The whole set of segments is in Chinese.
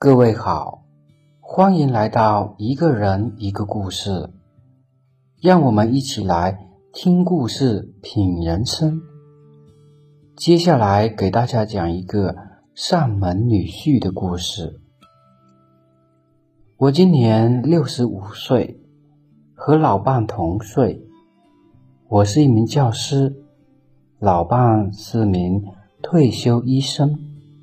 各位好，欢迎来到一个人一个故事，让我们一起来听故事品人生。接下来给大家讲一个上门女婿的故事。我今年65岁，和老伴同岁。我是一名教师，老伴是名退休医生。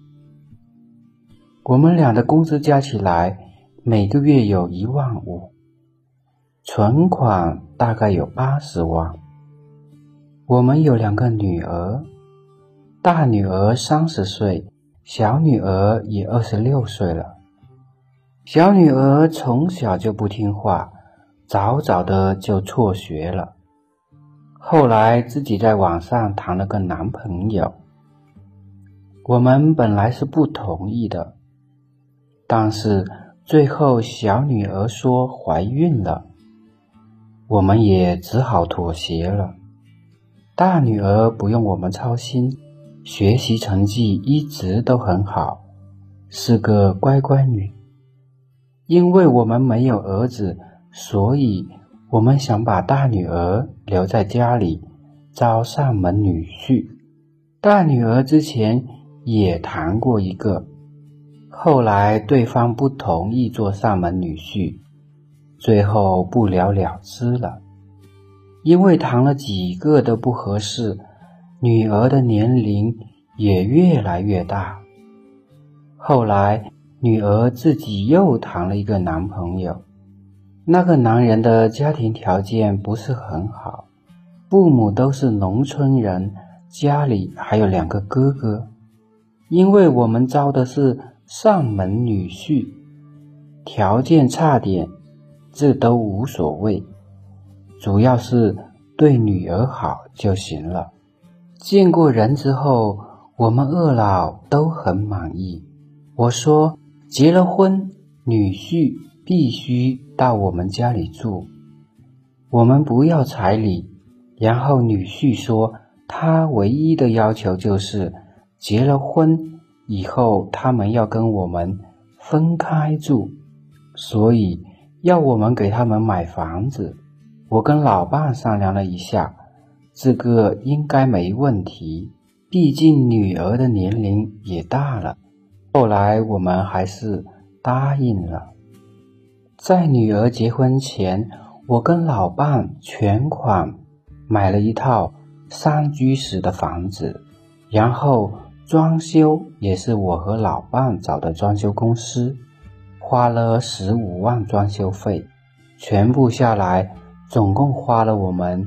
我们俩的工资加起来每个月有15000，存款大概有80万。我们有2个女儿，大女儿30岁，小女儿也26岁了。小女儿从小就不听话，早早的就辍学了。后来自己在网上谈了个男朋友，我们本来是不同意的，但是最后小女儿说怀孕了，我们也只好妥协了。大女儿不用我们操心，学习成绩一直都很好，是个乖乖女。因为我们没有儿子，所以我们想把大女儿留在家里招上门女婿。大女儿之前也谈过一个，后来对方不同意做上门女婿，最后不了了之了。因为谈了几个都不合适，女儿的年龄也越来越大。后来女儿自己又谈了一个男朋友，那个男人的家庭条件不是很好，父母都是农村人，家里还有2个哥哥。因为我们招的是上门女婿，条件差点，这都无所谓，主要是对女儿好就行了。见过人之后，我们2老都很满意。我说结了婚，女婿必须到我们家里住，我们不要彩礼。然后女婿说他唯一的要求就是结了婚以后他们要跟我们分开住，所以要我们给他们买房子。我跟老伴商量了一下，这个应该没问题，毕竟女儿的年龄也大了。后来我们还是答应了。在女儿结婚前，我跟老伴全款买了一套3居室的房子，然后装修也是我和老伴找的装修公司，花了15万装修费，全部下来总共花了我们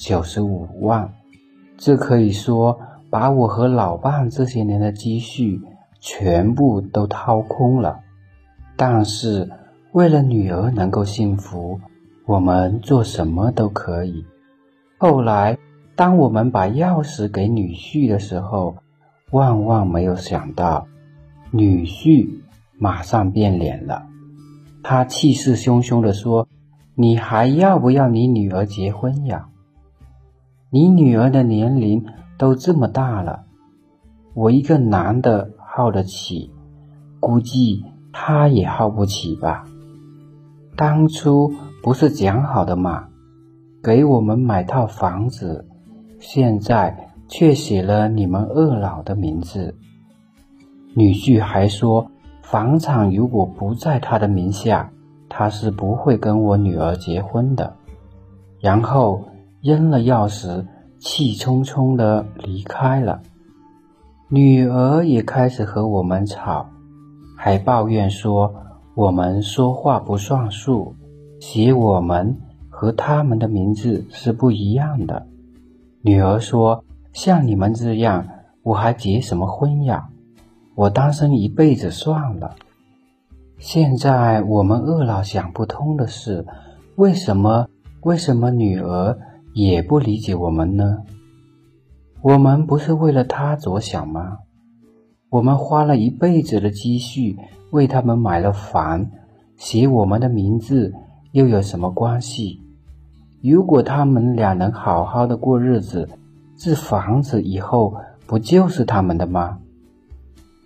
95万。这可以说把我和老伴这些年的积蓄全部都掏空了。但是为了女儿能够幸福，我们做什么都可以。后来当我们把钥匙给女婿的时候，万万没有想到，女婿马上变脸了。他气势汹汹地说，你还要不要你女儿结婚呀？你女儿的年龄都这么大了，我一个男的耗得起，估计他也耗不起吧。当初不是讲好的吗？给我们买套房子，现在却写了你们2老的名字。女婿还说，房产如果不在他的名下，他是不会跟我女儿结婚的。然后扔了钥匙，气冲冲地离开了。女儿也开始和我们吵，还抱怨说我们说话不算数，写我们和他们的名字是不一样的。女儿说，像你们这样，我还结什么婚呀？我单身一辈子算了。现在我们2老想不通的是，为什么女儿也不理解我们呢？我们不是为了她着想吗？我们花了一辈子的积蓄为他们买了房，写我们的名字又有什么关系？如果他们俩能好好的过日子，这房子以后不就是他们的吗？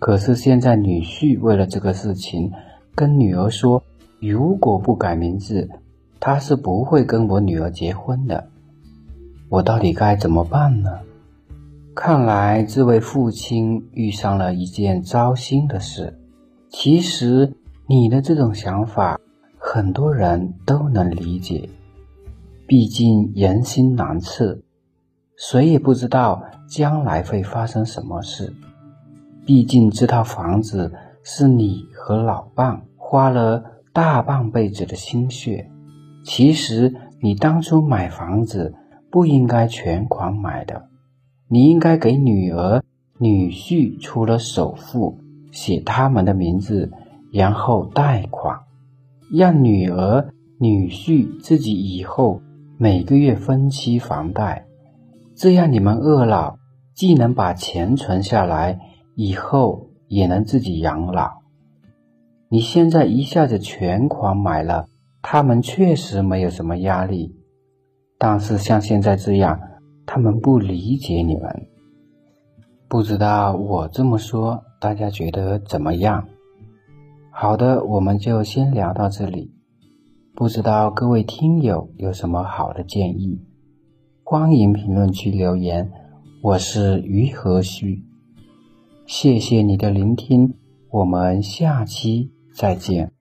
可是现在女婿为了这个事情跟女儿说，如果不改名字，他是不会跟我女儿结婚的。我到底该怎么办呢？看来这位父亲遇上了一件糟心的事。其实你的这种想法很多人都能理解，毕竟人心难测，谁也不知道将来会发生什么事。毕竟这套房子是你和老伴花了大半辈子的心血。其实你当初买房子不应该全款买的，你应该给女儿、女婿出了首付，写他们的名字，然后贷款，让女儿、女婿自己以后每个月分期房贷，这样你们二老既能把钱存下来，以后也能自己养老。你现在一下子全款买了，他们确实没有什么压力，但是像现在这样，他们不理解你们。不知道我这么说，大家觉得怎么样？好的，我们就先聊到这里。不知道各位听友有什么好的建议，欢迎评论区留言。我是于和煦，谢谢你的聆听，我们下期再见。